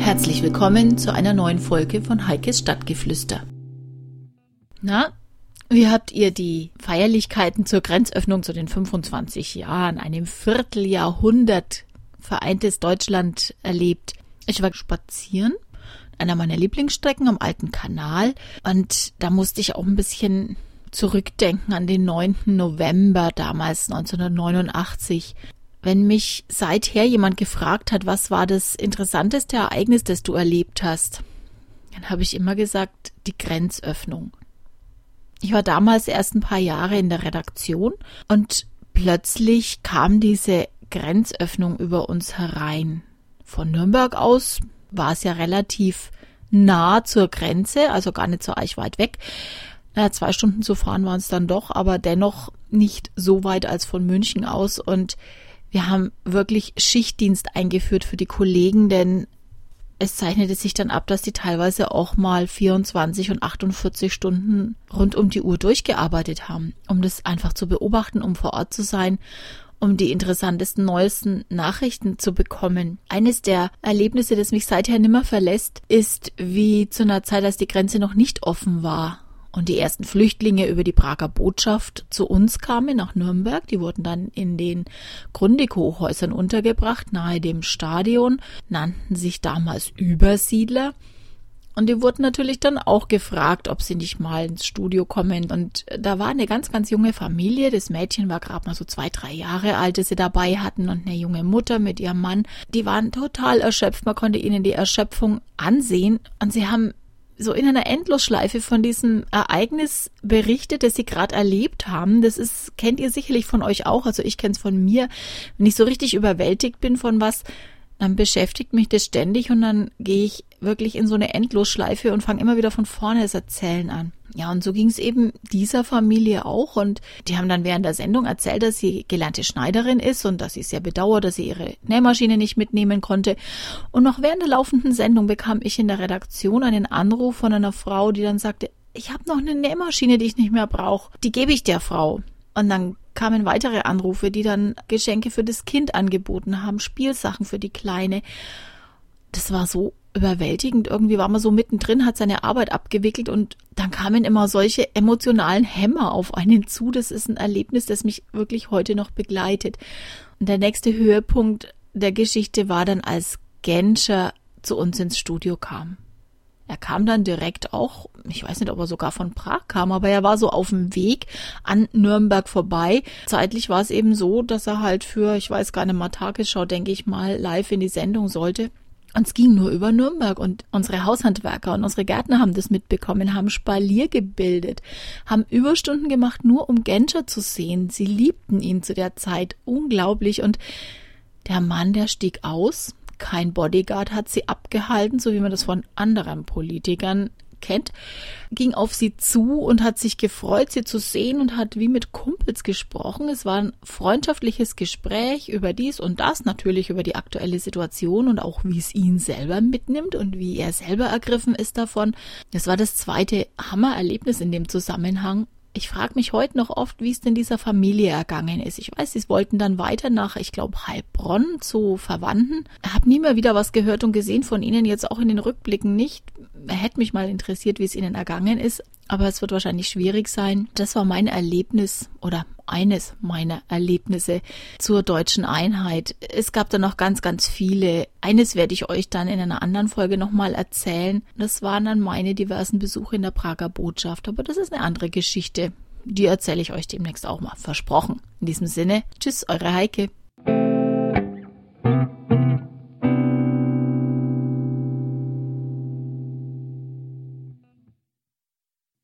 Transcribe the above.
Herzlich willkommen zu einer neuen Folge von Heikes Stadtgeflüster. Na, wie habt ihr die Feierlichkeiten zur Grenzöffnung zu den 25 Jahren, einem Vierteljahrhundert vereintes Deutschland erlebt? Ich war spazieren, einer meiner Lieblingsstrecken am Alten Kanal, und da musste ich auch ein bisschen zurückdenken an den 9. November damals 1989. Wenn mich seither jemand gefragt hat, was war das interessanteste Ereignis, das du erlebt hast, dann habe ich immer gesagt, die Grenzöffnung. Ich war damals erst ein paar Jahre in der Redaktion und plötzlich kam diese Grenzöffnung über uns herein. Von Nürnberg aus war es ja relativ nah zur Grenze, also gar nicht so arg weit weg. 2 Stunden zu fahren waren es dann doch, aber dennoch nicht so weit als von München aus, und wir haben wirklich Schichtdienst eingeführt für die Kollegen, denn es zeichnete sich dann ab, dass die teilweise auch mal 24 und 48 Stunden rund um die Uhr durchgearbeitet haben, um das einfach zu beobachten, um vor Ort zu sein, um die interessantesten, neuesten Nachrichten zu bekommen. Eines der Erlebnisse, das mich seither nimmer verlässt, ist, wie zu einer Zeit, als die Grenze noch nicht offen war und die ersten Flüchtlinge über die Prager Botschaft zu uns kamen, nach Nürnberg. Die wurden dann in den Grundig-Hochhäusern untergebracht, nahe dem Stadion, nannten sich damals Übersiedler. Und die wurden natürlich dann auch gefragt, ob sie nicht mal ins Studio kommen. Und da war eine ganz, ganz junge Familie. Das Mädchen war gerade mal so 2, 3 Jahre alt, das sie dabei hatten, und eine junge Mutter mit ihrem Mann. Die waren total erschöpft. Man konnte ihnen die Erschöpfung ansehen. Und sie haben so in einer Endlosschleife von diesem Ereignis berichtet, das sie gerade erlebt haben. Das kennt ihr sicherlich von euch auch, also ich kenne es von mir. Wenn ich so richtig überwältigt bin von was, dann beschäftigt mich das ständig, und dann gehe ich wirklich in so eine Endlosschleife und fange immer wieder von vorne das Erzählen an. Ja, und so ging es eben dieser Familie auch, und die haben dann während der Sendung erzählt, dass sie gelernte Schneiderin ist und dass sie sehr bedauert, dass sie ihre Nähmaschine nicht mitnehmen konnte. Und noch während der laufenden Sendung bekam ich in der Redaktion einen Anruf von einer Frau, die dann sagte, ich habe noch eine Nähmaschine, die ich nicht mehr brauche, die gebe ich der Frau. Und dann kamen weitere Anrufe, die dann Geschenke für das Kind angeboten haben, Spielsachen für die Kleine. Das war so überwältigend. Irgendwie war man so mittendrin, hat seine Arbeit abgewickelt, und dann kamen immer solche emotionalen Hämmer auf einen zu. Das ist ein Erlebnis, das mich wirklich heute noch begleitet. Und der nächste Höhepunkt der Geschichte war dann, als Genscher zu uns ins Studio kam. Er kam dann direkt auch, ich weiß nicht, ob er sogar von Prag kam, aber er war so auf dem Weg an Nürnberg vorbei. Zeitlich war es eben so, dass er halt für, ich weiß gar nicht mal, Tagesschau, denke ich mal, live in die Sendung sollte. Und es ging nur über Nürnberg, und unsere Haushandwerker und unsere Gärtner haben das mitbekommen, haben Spalier gebildet, haben Überstunden gemacht, nur um Genscher zu sehen. Sie liebten ihn zu der Zeit unglaublich, und der Mann, der stieg aus. Kein Bodyguard hat sie abgehalten, so wie man das von anderen Politikern kennt, ging auf sie zu und hat sich gefreut, sie zu sehen, und hat wie mit Kumpels gesprochen. Es war ein freundschaftliches Gespräch über dies und das, natürlich über die aktuelle Situation und auch, wie es ihn selber mitnimmt und wie er selber ergriffen ist davon. Das war das zweite Hammererlebnis in dem Zusammenhang. Ich frage mich heute noch oft, wie es denn dieser Familie ergangen ist. Ich weiß, sie wollten dann weiter nach, ich glaube, Heilbronn zu Verwandten. Ich habe nie mehr wieder was gehört und gesehen von ihnen, jetzt auch in den Rückblicken nicht. Hätte mich mal interessiert, wie es ihnen ergangen ist, aber es wird wahrscheinlich schwierig sein. Das war mein Erlebnis oder eines meiner Erlebnisse zur deutschen Einheit. Es gab da noch ganz, ganz viele. Eines werde ich euch dann in einer anderen Folge nochmal erzählen. Das waren dann meine diversen Besuche in der Prager Botschaft, aber das ist eine andere Geschichte. Die erzähle ich euch demnächst auch mal, versprochen. In diesem Sinne, tschüss, eure Heike.